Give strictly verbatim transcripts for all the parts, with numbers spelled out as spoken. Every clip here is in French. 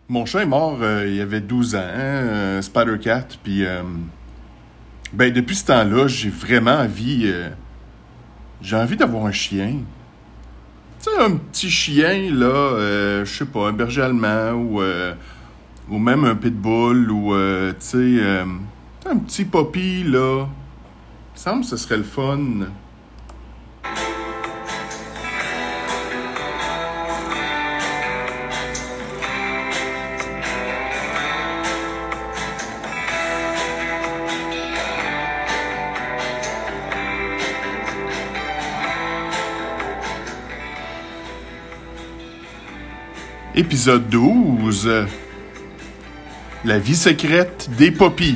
Mon chat est mort euh, il y avait douze ans, hein, euh, Spider-Cat, puis euh, ben depuis ce temps-là, j'ai vraiment envie, euh, j'ai envie d'avoir un chien. Tu sais, un petit chien, là, euh, je sais pas, un berger allemand, ou, euh, ou même un pitbull, ou, euh, tu sais, euh, un petit puppy, là. Il me semble que ce serait le fun. Épisode douze. La vie secrète des poppies.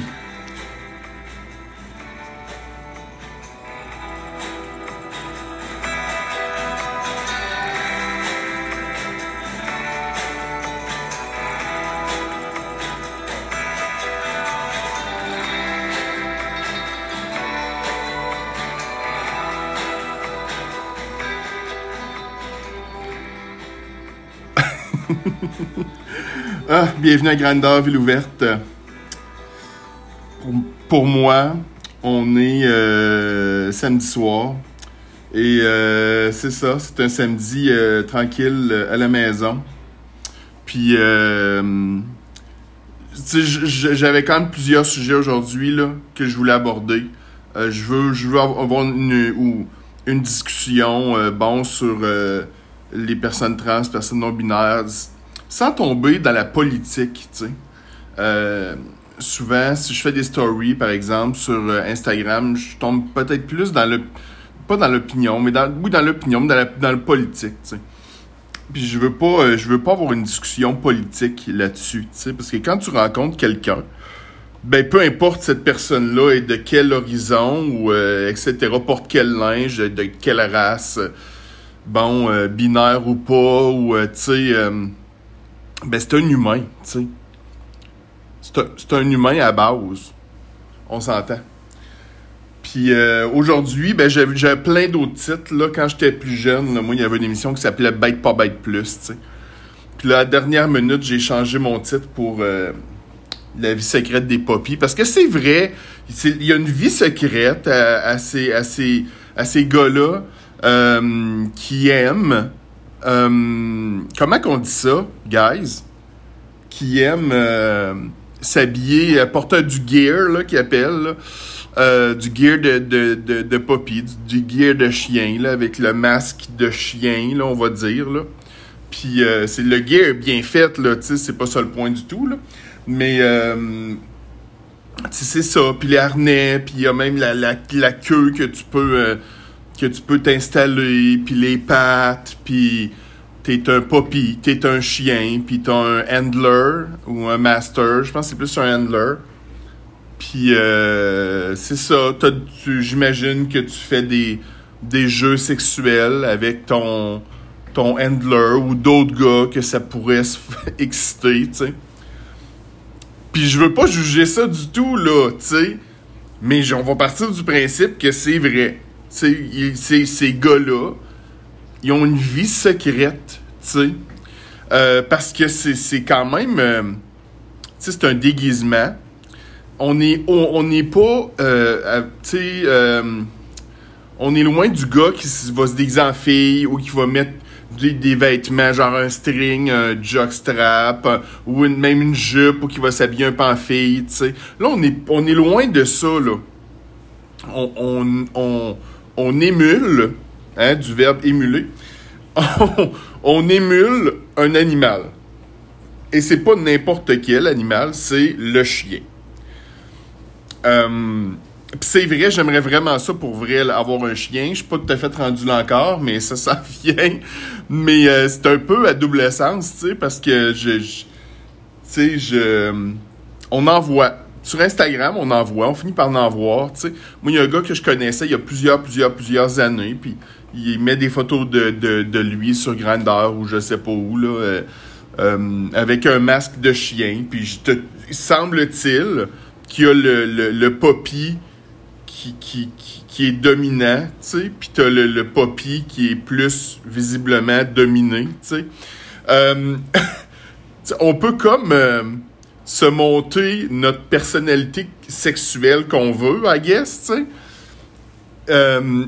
Ah, bienvenue à Grandeur, Ville ouverte. Pour, pour moi, on est euh, samedi soir. Et euh, c'est ça, c'est un samedi euh, tranquille euh, à la maison. Puis, euh, j'avais quand même plusieurs sujets aujourd'hui là, que je voulais aborder. Euh, je veux, je veux avoir une, ou, une discussion euh, bon, sur euh, les personnes trans, personnes non-binaires, sans tomber dans la politique, tu sais. Euh, souvent, si je fais des stories, par exemple, sur euh, Instagram, je tombe peut-être plus dans le... Pas dans l'opinion, mais dans, oui, dans l'opinion, mais dans, la, dans le politique, tu sais. Puis je veux pas, euh, je veux pas avoir une discussion politique là-dessus, tu sais, parce que quand tu rencontres quelqu'un, ben peu importe cette personne-là est de quel horizon, ou euh, et cetera, porte quel linge, de quelle race, bon, euh, binaire ou pas, ou, euh, tu sais... Euh, ben, c'est un humain, tu sais. C'est un, c'est un humain à base. On s'entend. Puis euh, aujourd'hui, ben, j'avais, j'avais plein d'autres titres, là. Quand j'étais plus jeune, là, moi, il y avait une émission qui s'appelait Bête pas bête plus, tu sais. Puis là, à la dernière minute, j'ai changé mon titre pour euh, La vie secrète des poppies. Parce que c'est vrai, il y a une vie secrète à, à, ces, à, ces, à ces gars-là euh, qui aiment... Euh, comment qu'on dit ça, guys? Qui aiment euh, s'habiller, euh, porter du gear, là, qu'ils appellent, là, euh, du gear de, de, de, de poppy, du, du gear de chien, là, avec le masque de chien, là, on va dire, là. Puis euh, c'est le gear bien fait, là, tu sais, c'est pas ça le point du tout, là. Mais, euh, tu sais, c'est ça. Puis les harnais, puis il y a même la, la, la queue que tu peux... Euh, que tu peux t'installer, puis les pattes, puis t'es un puppy, t'es un chien, puis t'as un handler ou un master. Je pense que c'est plus un handler. Puis euh, c'est ça. T'as, tu, j'imagine que tu fais des, des jeux sexuels avec ton, ton handler ou d'autres gars que ça pourrait se exciter, tu sais. Puis je veux pas juger ça du tout, là, tu sais. Mais on va partir du principe que c'est vrai. Tu sais, ces gars-là, ils ont une vie secrète, tu sais. Euh, parce que c'est, c'est quand même... Euh, tu sais, c'est un déguisement. On n'est on, on est pas... Euh, tu sais... Euh, on est loin du gars qui va se déguiser en fille ou qui va mettre des, des vêtements, genre un string, un jockstrap, euh, ou une, même une jupe, ou qui va s'habiller un peu en fille, tu sais. Là, on est, on est loin de ça, là. On... on, on On émule, hein, du verbe émuler, on, on émule un animal. Et c'est pas n'importe quel animal, c'est le chien. Euh, pis c'est vrai, j'aimerais vraiment ça pour vrai, avoir un chien. Je suis pas tout à fait rendu là encore, mais ça, ça vient. Mais euh, c'est un peu à double sens, tu sais, parce que je... je tu sais, je... On en voit. Sur Instagram, on en voit, on finit par en voir, tu sais. Moi, il y a un gars que je connaissais il y a plusieurs, plusieurs, plusieurs années, puis il met des photos de, de, de lui sur Grindr ou je sais pas où, là, euh, euh, avec un masque de chien, puis je te, semble-t-il qu'il y a le, le, le poppy qui, qui, qui, qui est dominant, tu sais, puis t'as le, le poppy qui est plus visiblement dominé, tu sais. Euh, T'sais, on peut comme euh, se monter notre personnalité sexuelle qu'on veut, I guess, tu sais. Euh...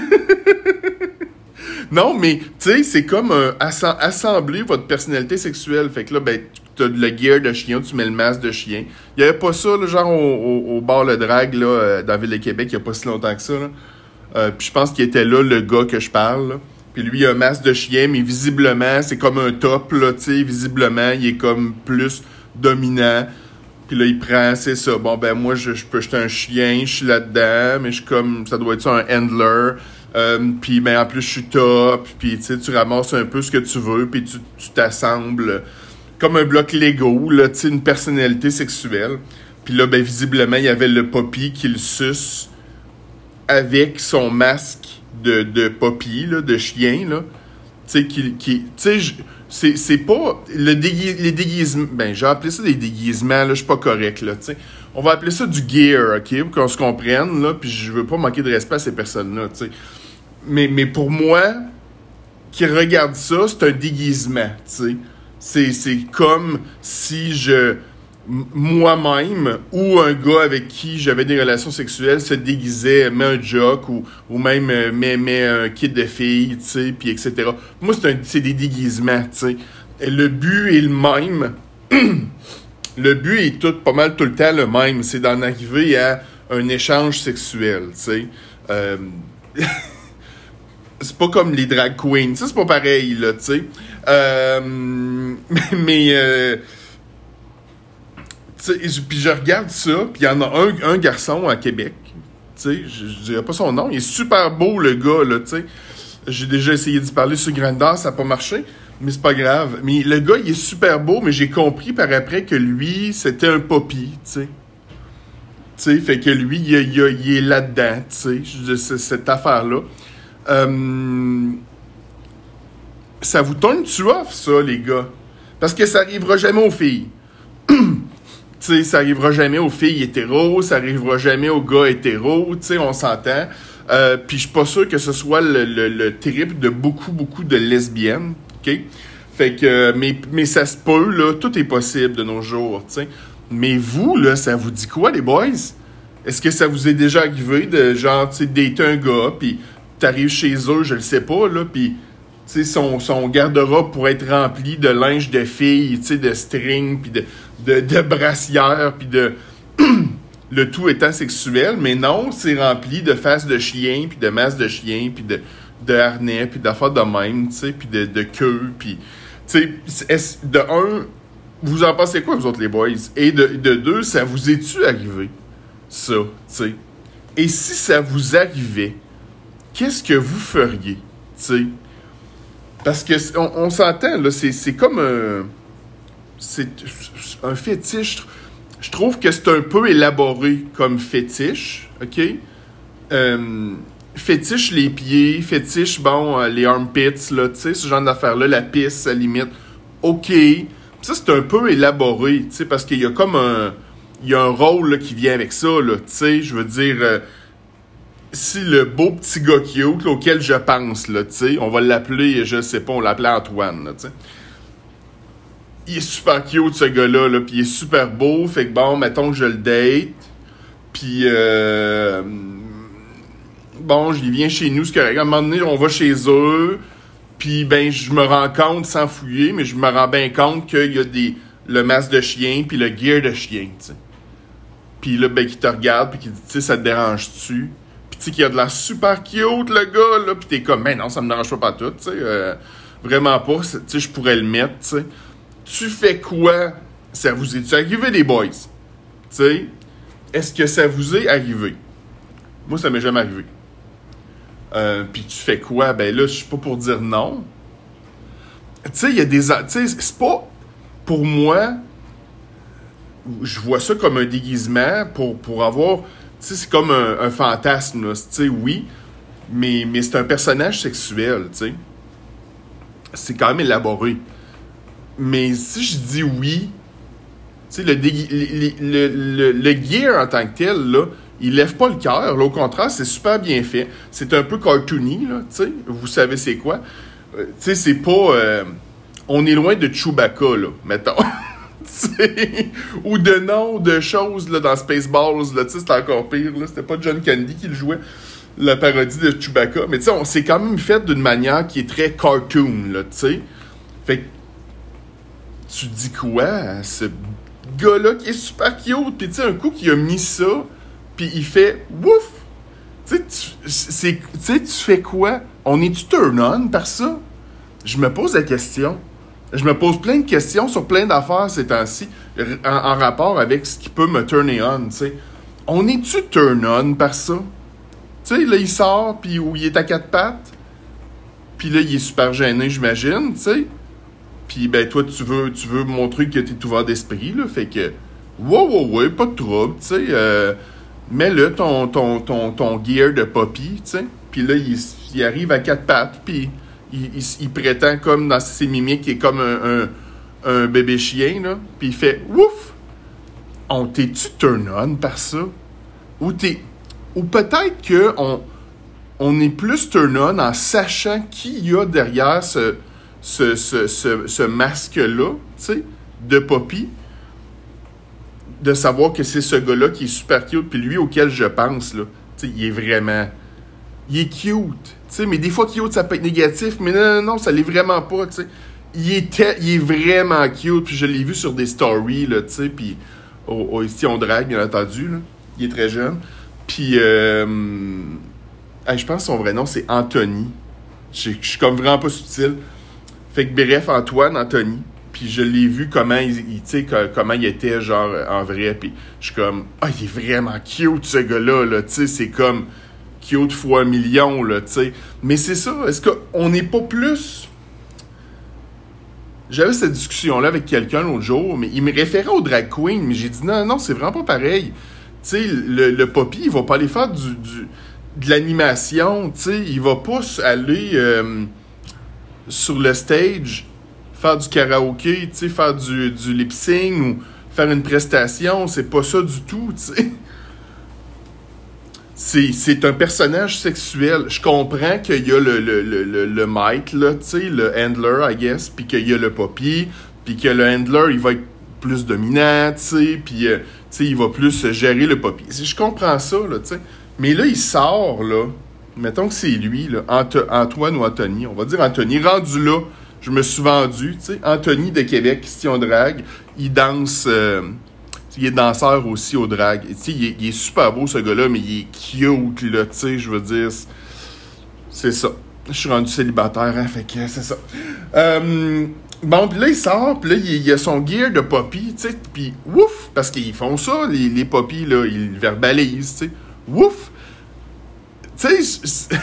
non, mais, tu sais, c'est comme euh, assen- assembler votre personnalité sexuelle. Fait que là, ben, t'as le gear de chien, tu mets le masque de chien. Il y avait pas ça, là, genre, au, au, au bar Le Drague, là, euh, dans la Ville de Québec, il y a pas si longtemps que ça, là. Euh, puis je pense qu'il était là, le gars que je parle, là. Puis lui, il a un masque de chien, mais visiblement, c'est comme un top, là, tu sais. Visiblement, il est comme plus dominant. Puis là, il prend, c'est ça. Bon, ben, moi, je, je peux jeter un chien, je suis là-dedans, mais je suis comme, ça doit être ça, un handler. Euh, puis, ben, en plus, je suis top. Puis, tu sais, tu ramasses un peu ce que tu veux, puis tu, tu t'assembles comme un bloc Lego, là, tu sais, une personnalité sexuelle. Puis là, ben, visiblement, il y avait le Poppy qui le suce avec son masque de, de Poppy, là, de chien, là. Tu sais, qui, qui, tu sais, c'est, c'est pas, le déguis, les déguisements, ben, j'ai appelé ça des déguisements, là, je suis pas correct, là, tu sais. On va appeler ça du gear, OK, pour qu'on se comprenne, là, puis je veux pas manquer de respect à ces personnes-là, tu sais. Mais, mais pour moi, qui regarde ça, c'est un déguisement, tu sais. C'est, c'est comme si je, moi-même, ou un gars avec qui j'avais des relations sexuelles se déguisait, met un jock, ou, ou même euh, met, met un kit de filles, tu sais, puis et cetera. Moi, c'est, un, c'est des déguisements, tu sais. Le but est le même. Le but est tout, pas mal tout le temps le même. C'est d'en arriver à un échange sexuel, tu sais. Euh... c'est pas comme les drag queens. Ça, c'est pas pareil, là, tu sais. Euh... Mais... Euh... Puis je regarde ça, puis il y en a un, un garçon à Québec, tu sais, je, je dirais pas son nom, il est super beau, le gars, là, tu sais. J'ai déjà essayé d'y parler sur Grindr, ça n'a pas marché, mais c'est pas grave. Mais le gars, il est super beau, mais j'ai compris par après que lui, c'était un Poppy, tu sais. Tu sais, fait que lui, il, il, il est là-dedans, tu sais, cette affaire-là. Euh... Ça vous tourne-tu off, ça, les gars? Parce que ça arrivera jamais aux filles. Tu sais, ça arrivera jamais aux filles hétéros, ça arrivera jamais aux gars hétéros, tu sais, on s'entend. Euh, Puis je suis pas sûr que ce soit le, le, le trip de beaucoup, beaucoup de lesbiennes, OK? Fait que, mais, mais ça se peut, là, tout est possible de nos jours, tu sais. Mais vous, là, ça vous dit quoi, les boys? Est-ce que ça vous est déjà arrivé de, genre, tu sais, dater un gars, puis t'arrives chez eux, je le sais pas, là, puis... Tu sais, son, son garde-robe pour être rempli de linge de filles, tu sais, de string, puis de, de, de brassières, puis de... le tout étant sexuel, mais non, c'est rempli de faces de chiens, puis de masses de chiens, puis de, de harnais, puis d'affaires de même, tu sais, puis de, de queue, puis... Tu sais, de un, vous en pensez quoi, vous autres, les boys? Et de, de deux, ça vous est-tu arrivé, ça, tu sais? Et si ça vous arrivait, qu'est-ce que vous feriez, tu sais? Parce que on, on s'entend, là, c'est, c'est comme un... C'est un fétiche. Je trouve que c'est un peu élaboré comme fétiche, OK? Euh, fétiche les pieds, fétiche, bon, euh, les armpits, là, tu sais, ce genre d'affaires-là, la pisse, à la limite. OK. Ça, c'est un peu élaboré, tu sais, parce qu'il y a comme un... Il y a un rôle, là, qui vient avec ça, là, tu sais, je veux dire... Euh, si le beau petit gars cute, là, auquel je pense, là, tu sais, on va l'appeler, je sais pas, on l'appelait Antoine, là, tu sais. Il est super cute, ce gars-là, là, puis il est super beau, fait que bon, mettons que je le date, puis euh, bon, je viens chez nous, c'est correct. À un moment donné, on va chez eux, puis ben, je me rends compte, sans fouiller, mais je me rends bien compte qu'il y a des, le masque de chien, puis le gear de chien, tu sais. Puis là, ben, qui te regarde, puis qui dit, tu sais, ça te dérange-tu? Tu sais, qu'il a de la super cute, le gars, là, pis t'es comme, ben non, ça me dérange pas pas tout, tu sais, euh, vraiment pas, tu sais, je pourrais le mettre, tu sais. Tu fais quoi? Ça vous est-tu arrivé, les boys? Tu sais, est-ce que ça vous est arrivé? Moi, ça m'est jamais arrivé. Euh, pis tu fais quoi? Ben là, je suis pas pour dire non. Tu sais, il y a des... Tu sais, c'est pas... Pour moi, je vois ça comme un déguisement pour, pour avoir... Tu sais, c'est comme un, un fantasme, là. Tu sais, oui, mais, mais c'est un personnage sexuel, tu sais. C'est quand même élaboré. Mais si je dis oui, tu sais, le, dégui- le, le, le, le gear en tant que tel, là, il lève pas le cœur. Là, au contraire, c'est super bien fait. C'est un peu cartoony, là, tu sais. Vous savez c'est quoi. Euh, tu sais, c'est pas... Euh, on est loin de Chewbacca, là, mettons. Ou de noms de choses là, dans Spaceballs, là, c'était encore pire. Là. C'était pas John Candy qui le jouait, la parodie de Chewbacca. Mais tu sais, on s'est quand même fait d'une manière qui est très cartoon, là, tu sais. Fait que tu dis quoi à ce gars-là qui est super cute? Puis tu sais, un coup qui a mis ça, puis il fait ouf! Tu sais, tu fais quoi? On est-tu turn-on par ça? Je me pose la question. Je me pose plein de questions sur plein d'affaires ces temps-ci en, en rapport avec ce qui peut me turner on, tu sais. On est-tu turn-on par ça? Tu sais, là, il sort, puis où il est à quatre pattes, puis là, il est super gêné, j'imagine, tu sais. Puis, ben, toi, tu veux, tu veux montrer que t'es ouvert d'esprit, là, fait que, wow, wow, wow, pas de trouble, tu sais. Euh, mets-le, ton, ton, ton, ton gear de Poppy, tu sais. Puis là, il, il arrive à quatre pattes, puis... Il, il, il prétend comme dans ses mimiques qu'il est comme un, un, un bébé chien, là. Puis il fait ouf! On t'es-tu turn on par ça? Ou t'es. Ou peut-être que on, on est plus turn on en sachant qui y a derrière ce, ce, ce, ce, ce masque-là, tu sais, de Poppy. De savoir que c'est ce gars-là qui est super cute, puis lui auquel je pense, là. Tu sais, il est vraiment. Il est cute. T'sais, mais des fois, cute, ça peut être négatif, mais non, non, non, ça l'est vraiment pas, tu sais. Il est, te- il est vraiment cute, puis je l'ai vu sur des stories, là, tu sais, puis oh, oh, ici, on drague, bien entendu, là. Il est très jeune. Puis, euh, hey, je pense que son vrai nom, c'est Anthony. Je suis comme vraiment pas subtil. Fait que, bref, Antoine, Anthony. Puis je l'ai vu comment il, il tu sais, comment il était, genre, en vrai, puis je suis comme, ah, il est vraiment cute, ce gars-là, là, tu sais, c'est comme... cute fois un million, là, tu sais. Mais c'est ça, est-ce qu'on n'est pas plus... J'avais cette discussion-là avec quelqu'un l'autre jour, mais il me référait au drag queen, mais j'ai dit non, non, c'est vraiment pas pareil. Tu sais, le, le Poppy, il va pas aller faire du, du, de l'animation, tu sais, il va pas aller euh, sur le stage, faire du karaoké, tu sais, faire du, du lip-sync ou faire une prestation, c'est pas ça du tout, tu sais. C'est, c'est un personnage sexuel. Je comprends qu'il y a le, le, le, le, le mate, là, tu sais, le handler, I guess, puis qu'il y a le Poppy, puis que le handler, il va être plus dominant, tu sais, puis, euh, tu sais, il va plus gérer le Poppy. Je comprends ça, là, tu sais. Mais là, il sort, là, mettons que c'est lui, là, Ant- Antoine ou Anthony, on va dire Anthony, rendu là, je me suis vendu, tu sais, Anthony de Québec, Question Drague, il danse... Euh, il est danseur aussi au drag. Il est, il est super beau, ce gars-là, mais il est cute, là, tu sais, je veux dire. C'est, c'est ça. Je suis rendu célibataire, hein, fait que c'est ça. Euh, bon, puis là, il sort, puis là, il, il a son gear de Poppy, tu sais, puis ouf, parce qu'ils font ça, les, les Poppy, là, ils verbalisent, tu sais. Ouf! Tu sais,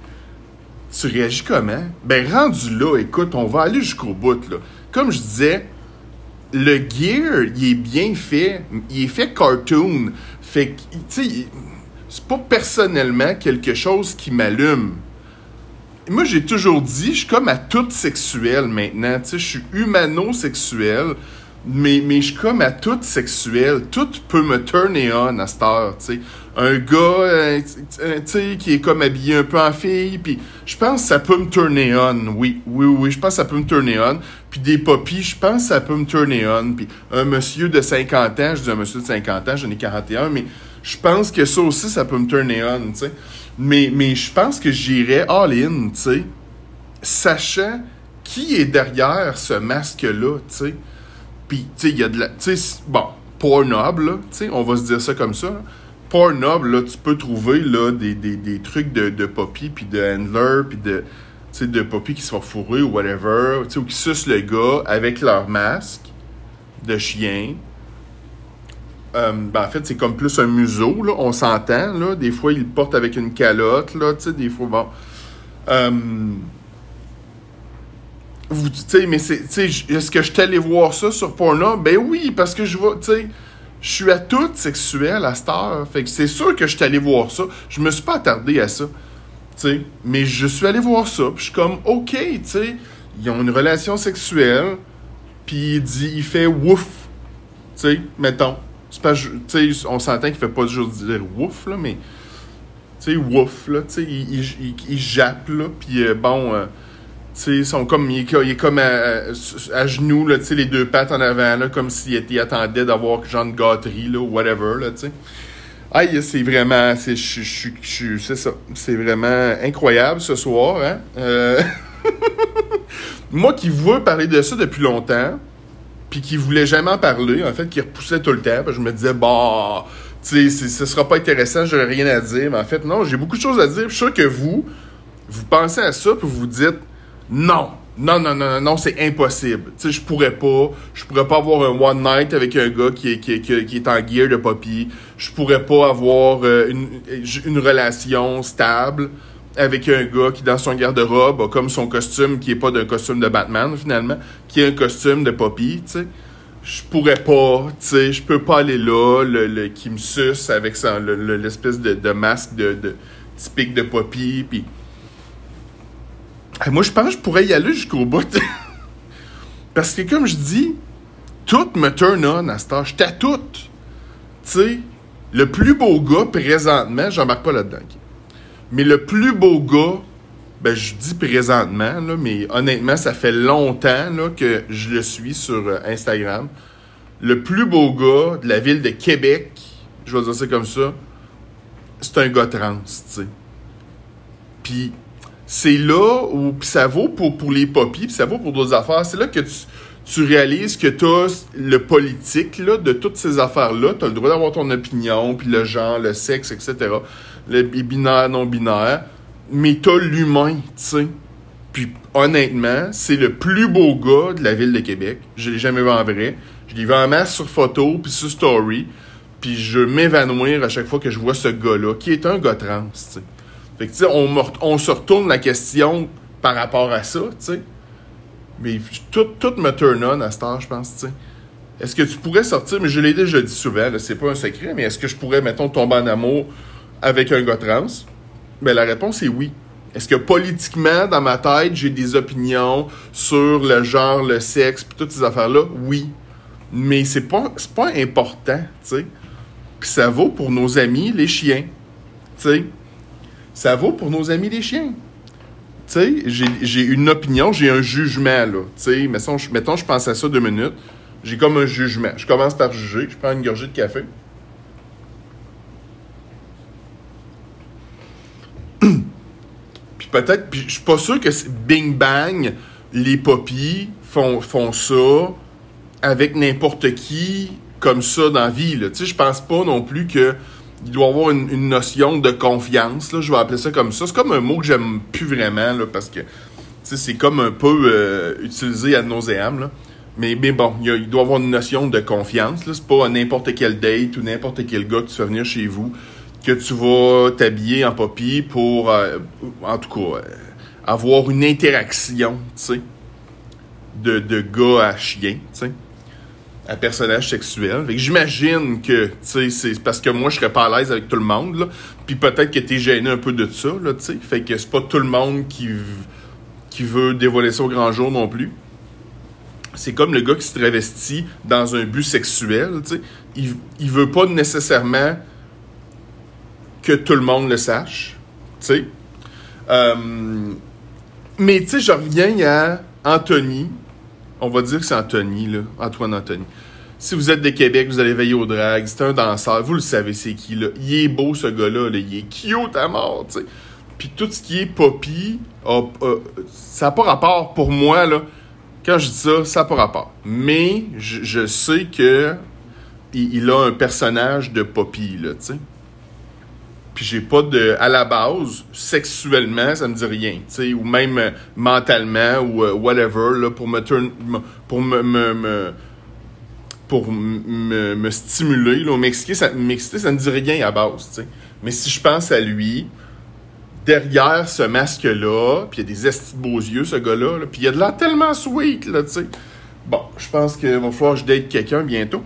tu réagis comment? Ben, rendu là, écoute, on va aller jusqu'au bout, là. Comme je disais, le gear, il est bien fait. Il est fait cartoon. Fait que, tu sais, c'est pas personnellement quelque chose qui m'allume. Moi, j'ai toujours dit, je suis comme à tout sexuel maintenant. Tu sais, je suis humano-sexuel, mais, mais je suis comme à tout sexuel. Tout peut me turner on à cette heure, tu sais. Un gars, euh, tu sais, qui est comme habillé un peu en fille, puis je pense que ça peut me turner on. Oui, oui, oui, je pense que ça peut me turner on. Puis des poppies, je pense que ça peut me turner on. Puis un monsieur de cinquante ans, je dis un monsieur de cinquante ans, j'en ai quarante et un, mais je pense que ça aussi, ça peut me turner on, tu sais. Mais, mais je pense que j'irais all-in, tu sais, sachant qui est derrière ce masque-là, tu sais. Puis, tu sais, il y a de la... Tu sais, bon, Pornhub, là, tu sais, on va se dire ça comme ça, là. Pornhub, là, tu peux trouver, là, des, des, des trucs de, de Poppy, puis de handler, puis de... Tu sais, de Poppy qui se font fourrer ou whatever, tu sais, ou qui sucent le gars avec leur masque de chien. Euh, ben, en fait, c'est comme plus un museau, là, on s'entend, là. Des fois, ils le portent avec une calotte, là, tu sais, des fois, bon... Euh, vous, tu sais, mais c'est... Tu sais, est-ce que je suis allé voir ça sur Pornhub? Ben oui, parce que je vois, tu sais... Je suis à tout sexuel à cette heure. Fait que c'est sûr que je suis allé voir ça. Je me suis pas attardé à ça. Tu sais. Mais je suis allé voir ça. Puis je suis comme, OK, tu sais. Ils ont une relation sexuelle. Puis il dit, il fait wouf. Tu sais, mettons. C'est pas, tu sais, on s'entend qu'il fait pas juste dire wouf, là, mais. Tu sais, wouf, là. Tu sais, il, il, il, il jappe, là. Puis euh, bon. Euh, sais, sont comme, il, est, il est comme à, à genoux, là, tu sais, les deux pattes en avant, là, comme s'il était, il attendait d'avoir genre de gâterie, là, ou whatever, là, tu sais. Aïe, c'est vraiment, c'est, je, je, je, c'est ça, c'est vraiment incroyable ce soir, hein. Euh... Moi qui veux parler de ça depuis longtemps, puis qui voulait jamais en parler, en fait, qui repoussait tout le temps, puis je me disais, bah, tu sais, ce sera pas intéressant, j'aurais rien à dire, mais en fait, non, j'ai beaucoup de choses à dire, je suis sûr que vous, vous pensez à ça, puis vous vous dites, non, non, non, non, non, non, c'est impossible, tu sais, je pourrais pas, je pourrais pas avoir un one night avec un gars qui est, qui est, qui est en gear de poppy, je pourrais pas avoir euh, une, une relation stable avec un gars qui, dans son garde-robe, a comme son costume, qui est pas d'un costume de Batman, finalement, qui est un costume de Poppy, tu sais. Je pourrais pas, tu sais, je peux pas aller là, le, le, qui me suce avec son, le, le, l'espèce de, de masque de, de, typique de Poppy, puis... Moi, je pense que je pourrais y aller jusqu'au bout. Parce que, comme je dis, tout me turn on à cette heure. J'étais à tout. Tu sais, le plus beau gars, présentement, j'embarque pas là-dedans, okay? Mais le plus beau gars, ben je dis présentement, là, mais honnêtement, ça fait longtemps là, que je le suis sur euh, Instagram. Le plus beau gars de la ville de Québec, je vais dire ça comme ça, c'est un gars trans, tu sais. Puis c'est là où pis ça vaut pour, pour les poppies, puis ça vaut pour d'autres affaires. C'est là que tu, tu réalises que t'as le politique là, de toutes ces affaires-là. T'as le droit d'avoir ton opinion, puis le genre, le sexe, et cetera. Les binaires, non-binaires, mais t'as l'humain, tu sais. Puis, honnêtement, c'est le plus beau gars de la ville de Québec. Je l'ai jamais vu en vrai. Je l'ai vu en masse sur photo, puis sur story. Puis, je m'évanouir à chaque fois que je vois ce gars-là, qui est un gars trans, tu sais. Fait que, tu sais, on, on se retourne la question par rapport à ça, tu sais. Mais tout, tout me turn on à cette heure, je pense, tu sais. Est-ce que tu pourrais sortir, mais je l'ai déjà dit souvent, là, c'est pas un secret, mais est-ce que je pourrais, mettons, tomber en amour avec un gars trans? Ben, la réponse est oui. Est-ce que politiquement, dans ma tête, j'ai des opinions sur le genre, le sexe, puis toutes ces affaires-là? Oui. Mais c'est pas, c'est pas important, tu sais. Puis ça vaut pour nos amis, les chiens. Tu sais. Ça vaut pour nos amis, les chiens. Tu sais, j'ai, j'ai une opinion, j'ai un jugement, là. Tu sais, mettons, je, mettons, je pense à ça deux minutes. J'ai comme un jugement. Je commence par juger. Je prends une gorgée de café. Puis peut-être, puis je suis pas sûr que c'est bing bang, les poppies font, font ça avec n'importe qui comme ça dans la vie, là. Tu sais, je pense pas non plus que il doit y avoir une, une notion de confiance, là, je vais appeler ça comme ça. C'est comme un mot que j'aime plus vraiment, là, parce que, tu sais, c'est comme un peu euh, utilisé ad nauseam, là. Mais, mais bon, il, y a, il doit y avoir une notion de confiance, là. C'est pas n'importe quel date ou n'importe quel gars que tu fais venir chez vous que tu vas t'habiller en poppy pour, euh, en tout cas, euh, avoir une interaction, tu sais, de, de gars à chien, tu sais, à personnage sexuel. Fait que j'imagine que, tu sais, c'est parce que moi, je serais pas à l'aise avec tout le monde, là, puis peut-être que t'es gêné un peu de ça, là, tu sais, fait que c'est pas tout le monde qui, qui veut dévoiler ça au grand jour non plus. C'est comme le gars qui se travestit dans un but sexuel, tu sais, il, il veut pas nécessairement que tout le monde le sache, tu sais. Euh, mais, tu sais, je reviens à Anthony. On va dire que c'est Anthony, là. Antoine Anthony. Si vous êtes de Québec, vous allez veiller au drag. C'est un danseur. Vous le savez, c'est qui, là. Il est beau, ce gars-là, là. Il est cute à mort, tu sais. Puis tout ce qui est poppy, a, a, ça n'a pas rapport pour moi, là. Quand je dis ça, ça n'a pas rapport. Mais je, je sais que il, il a un personnage de poppy, là, tu sais. Puis j'ai pas de... À la base, sexuellement, ça me dit rien, tu sais, ou même euh, mentalement, ou euh, whatever, là, pour me... Turn, pour me... me, me pour me, me stimuler, là, m'exciter, ça, m'exciter, ça me dit rien à la base, tu sais. Mais si je pense à lui, derrière ce masque-là, puis il y a des estis de beaux yeux, ce gars-là, là, puis il a de l'air tellement sweet, là, tu sais. Bon, je pense qu'il va falloir que je date quelqu'un bientôt.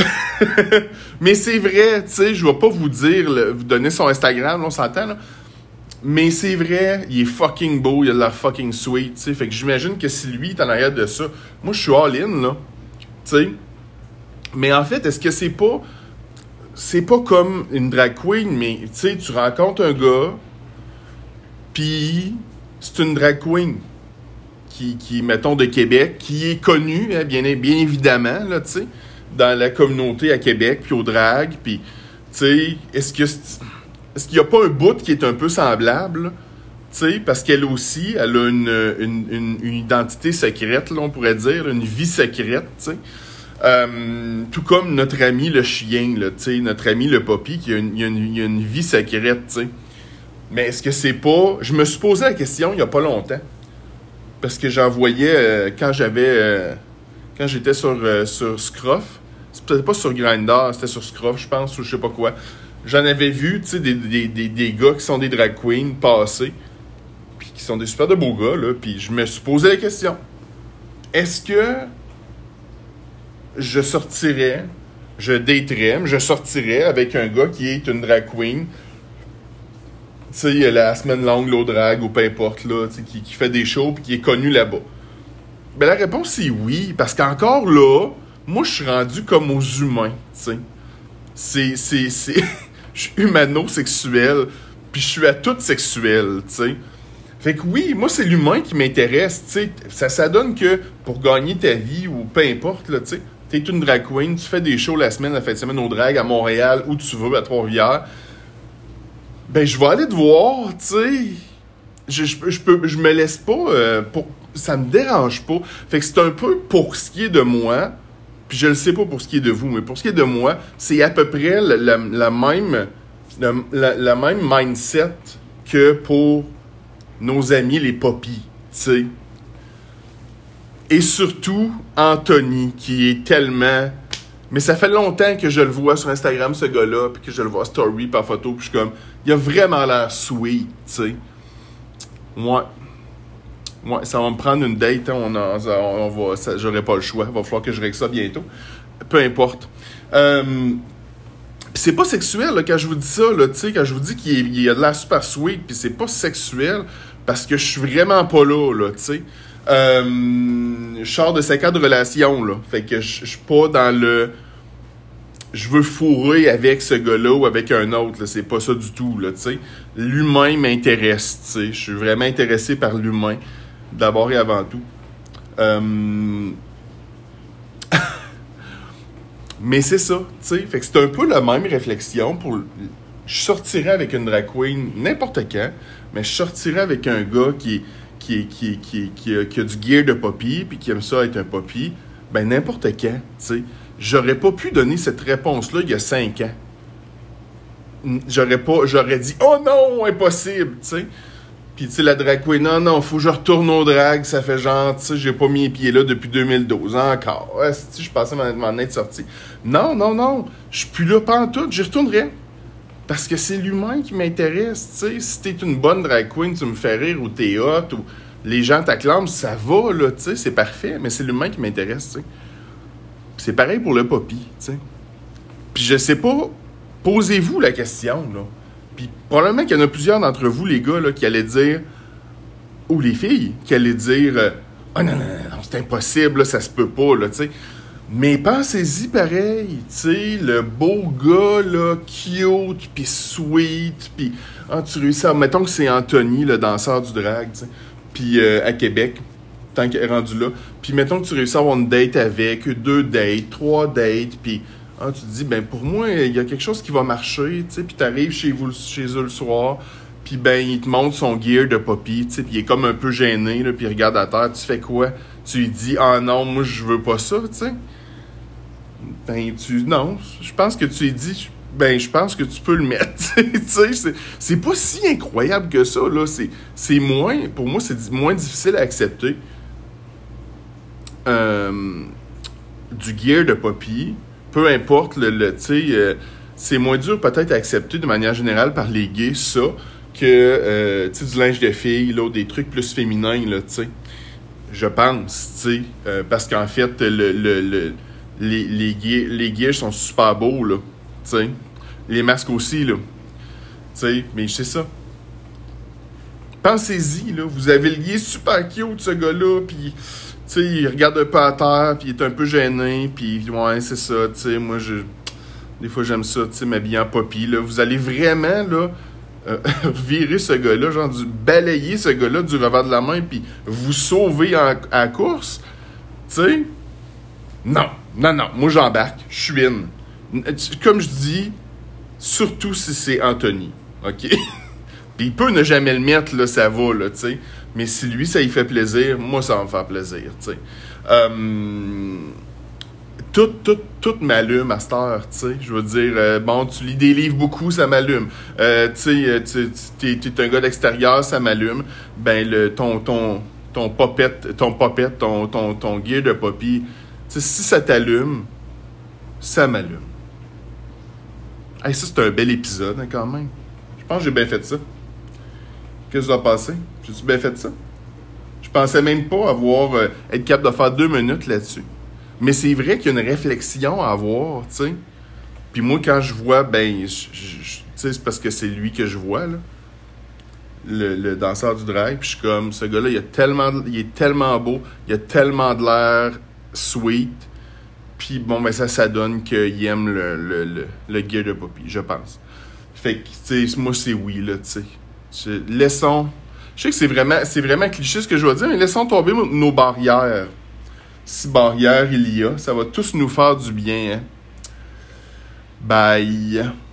Mais c'est vrai, tu sais, je vais pas vous dire, là, vous donner son Instagram, là, on s'entend, là. Mais c'est vrai, il est fucking beau, il a de la fucking sweet, tu sais. Fait que j'imagine que si lui est en arrière de ça, moi, je suis all-in, là. Tu sais. Mais en fait, est-ce que c'est pas... C'est pas comme une drag queen, mais, tu sais, tu rencontres un gars, puis c'est une drag queen. qui, qui, mettons, de Québec, qui est connu, hein, bien, bien évidemment, là, tu sais, dans la communauté à Québec, puis au drag, puis, tu sais, est-ce que c'est, est-ce qu'il n'y a pas un bout qui est un peu semblable, tu sais, parce qu'elle aussi, elle a une, une, une, une identité secrète, là, on pourrait dire, une vie secrète, tu sais. Euh, tout comme notre ami le chien, là, tu sais, notre ami le Poppy, qui a une, il a une, il a une vie secrète, tu sais. Mais est-ce que c'est pas... Je me suis posé la question il n'y a pas longtemps. Parce que j'en voyais euh, quand j'avais... Euh, quand j'étais sur, euh, sur Scruff. C'est peut-être pas sur Grindr, c'était sur Scruff, je pense, ou je sais pas quoi. J'en avais vu, tu sais, des, des, des, des gars qui sont des drag queens passer. Puis qui sont des super de beaux gars, là. Puis je me suis posé la question. Est-ce que je sortirais, je daterais, je sortirais avec un gars qui est une drag queen... Tu sais, la semaine longue, l'eau drag, ou peu importe, là, tu sais, qui, qui fait des shows puis qui est connu là-bas? Ben, la réponse, c'est oui, parce qu'encore là, moi, je suis rendu comme aux humains, tu sais. C'est, c'est, c'est... Je suis humano-sexuel, puis je suis à tout sexuel, tu sais. Fait que oui, moi, c'est l'humain qui m'intéresse, tu sais. Ça, ça donne que, pour gagner ta vie, ou peu importe, là, tu sais, t'es une drag queen, tu fais des shows la semaine, la fin de semaine au drag, à Montréal, où tu veux, à Trois-Rivières. Ben, je vais aller te voir, tu sais. Je, je, je, peux, je me laisse pas... Euh, pour, ça me dérange pas. Fait que c'est un peu pour ce qui est de moi, puis je le sais pas pour ce qui est de vous, mais pour ce qui est de moi, c'est à peu près la, la, la même... La, la, la même mindset que pour nos amis les Poppy, tu sais. Et surtout, Anthony, qui est tellement... Mais ça fait longtemps que je le vois sur Instagram, ce gars-là, puis que je le vois story par photo, puis je suis comme... Il a vraiment l'air sweet, tu sais. Ouais. Ouais, ça va me prendre une date, hein, on, a, on va... Ça, j'aurai pas le choix, il va falloir que je règle ça bientôt. Peu importe. Euh... Puis c'est pas sexuel, là, quand je vous dis ça, là, tu sais, quand je vous dis qu'il est, il a de l'air super sweet, puis c'est pas sexuel, parce que je suis vraiment pas là, là, tu sais. Euh, je sors de cinq ans de relation, là. Fait que je suis pas dans le... Je veux fourrer avec ce gars-là ou avec un autre, là. C'est pas ça du tout, là, tu sais. L'humain m'intéresse, tu sais. Je suis vraiment intéressé par l'humain, d'abord et avant tout. Euh... Mais c'est ça, tu sais. Fait que c'est un peu la même réflexion pour... Je sortirais avec une drag queen n'importe quand, mais je sortirais avec un gars qui... Qui, qui, qui, qui, a, qui a du gear de Poppy, puis qui aime ça être un Poppy, ben n'importe quand, tu sais. J'aurais pas pu donner cette réponse-là il y a cinq ans. J'aurais pas, j'aurais dit, oh non, impossible, tu sais. Puis, tu sais, la drag queen, non, non, faut que je retourne au drag, ça fait genre, tu sais, j'ai pas mis les pieds là depuis deux mille douze, encore. Ouais, si je pensais m'en être sorti. Non, non, non, je suis plus là pantoute, j'y retournerai. Parce que c'est l'humain qui m'intéresse, tu sais. Si t'es une bonne drag queen, tu me fais rire, ou t'es hot, ou les gens t'acclament, ça va, là, tu sais, c'est parfait. Mais c'est l'humain qui m'intéresse, tu sais. C'est pareil pour le Poppy, tu sais. Puis je sais pas, posez-vous la question, là. Puis probablement qu'il y en a plusieurs d'entre vous, les gars, là, qui allaient dire, ou les filles, qui allaient dire, ah oh, non, non, non, non, c'est impossible, là, ça se peut pas, là, tu sais. Mais pensez-y pareil, tu sais, le beau gars, là, cute, puis sweet, puis ah, tu réussis à... Mettons que c'est Anthony, le danseur du drag, tu sais, puis euh, à Québec, tant qu'il est rendu là. Puis mettons que tu réussis à avoir une date avec, deux dates, trois dates, puis ah, tu te dis, ben pour moi, il y a quelque chose qui va marcher, tu sais, puis t'arrives chez vous, chez eux le soir, puis ben, il te montre son gear de Poppy, tu sais, puis il est comme un peu gêné, là, puis il regarde à terre, tu fais quoi? Tu lui dis, ah non, moi, je veux pas ça, tu sais. Ben, tu... Non, je pense que tu lui dis... Ben, je pense que tu peux le mettre, tu sais. C'est, c'est pas si incroyable que ça, là. C'est, c'est moins... Pour moi, c'est moins difficile à accepter. Euh, du gear de Poppy, peu importe, le, le tu sais... Euh, c'est moins dur, peut-être, à accepter de manière générale par les gays, ça, que, euh, tu sais, du linge de fille, là, des trucs plus féminins, là, tu sais. Je pense, tu sais. Euh, parce qu'en fait, le... le, le Les, les, guiches, les guiches sont super beaux, là. Tu sais. Les masques aussi, là. Tu sais, mais c'est ça. Pensez-y, là. Vous avez le guide super cute, ce gars-là, puis, tu sais, il regarde un peu à terre, puis il est un peu gêné, puis, ouais, c'est ça, tu sais, moi, je... Des fois, j'aime ça, tu sais, m'habiller en Poppy, là. Vous allez vraiment, là, euh, virer ce gars-là, genre du balayer ce gars-là du revers de la main, puis vous sauver en, à la course, tu sais, non, non, non, moi j'embarque, je suis in. Comme je dis, surtout si c'est Anthony, OK? Puis il peut ne jamais le mettre, là, ça va, là, tu sais. Mais si lui, ça lui fait plaisir, moi, ça va me faire plaisir, tu sais. Euh, tout, tout, tout m'allume à cette heure, tu sais. Je veux dire, euh, bon, tu lis des livres beaucoup, ça m'allume. Euh, tu sais, t'es, t'es un gars d'extérieur, ça m'allume. Ben, le, ton, ton, ton popette, ton popette, ton, ton, ton gear de poppy, tu sais, si ça t'allume, ça m'allume. Hey, ça, c'est un bel épisode, hein, quand même. Je pense que j'ai bien fait ça. Qu'est-ce qui va passer? J'ai-tu bien fait ça? Je pensais même pas avoir euh, être capable de faire deux minutes là-dessus. Mais c'est vrai qu'il y a une réflexion à avoir, tu sais. Puis moi, quand je vois, ben, tu sais, c'est parce que c'est lui que je vois, là. Le, le danseur du drag. Puis je suis comme, ce gars-là, il, a tellement, il est tellement beau, il a tellement de l'air sweet. Puis bon, ben ça, ça donne qu'il aime le, le, le, le gear de Poppy, je pense. Fait que, tu sais, moi, c'est oui, là, tu sais. Laissons... Je sais que c'est vraiment, c'est vraiment cliché ce que je vais dire, mais laissons tomber nos barrières. Si barrières il y a, ça va tous nous faire du bien, hein. Bye.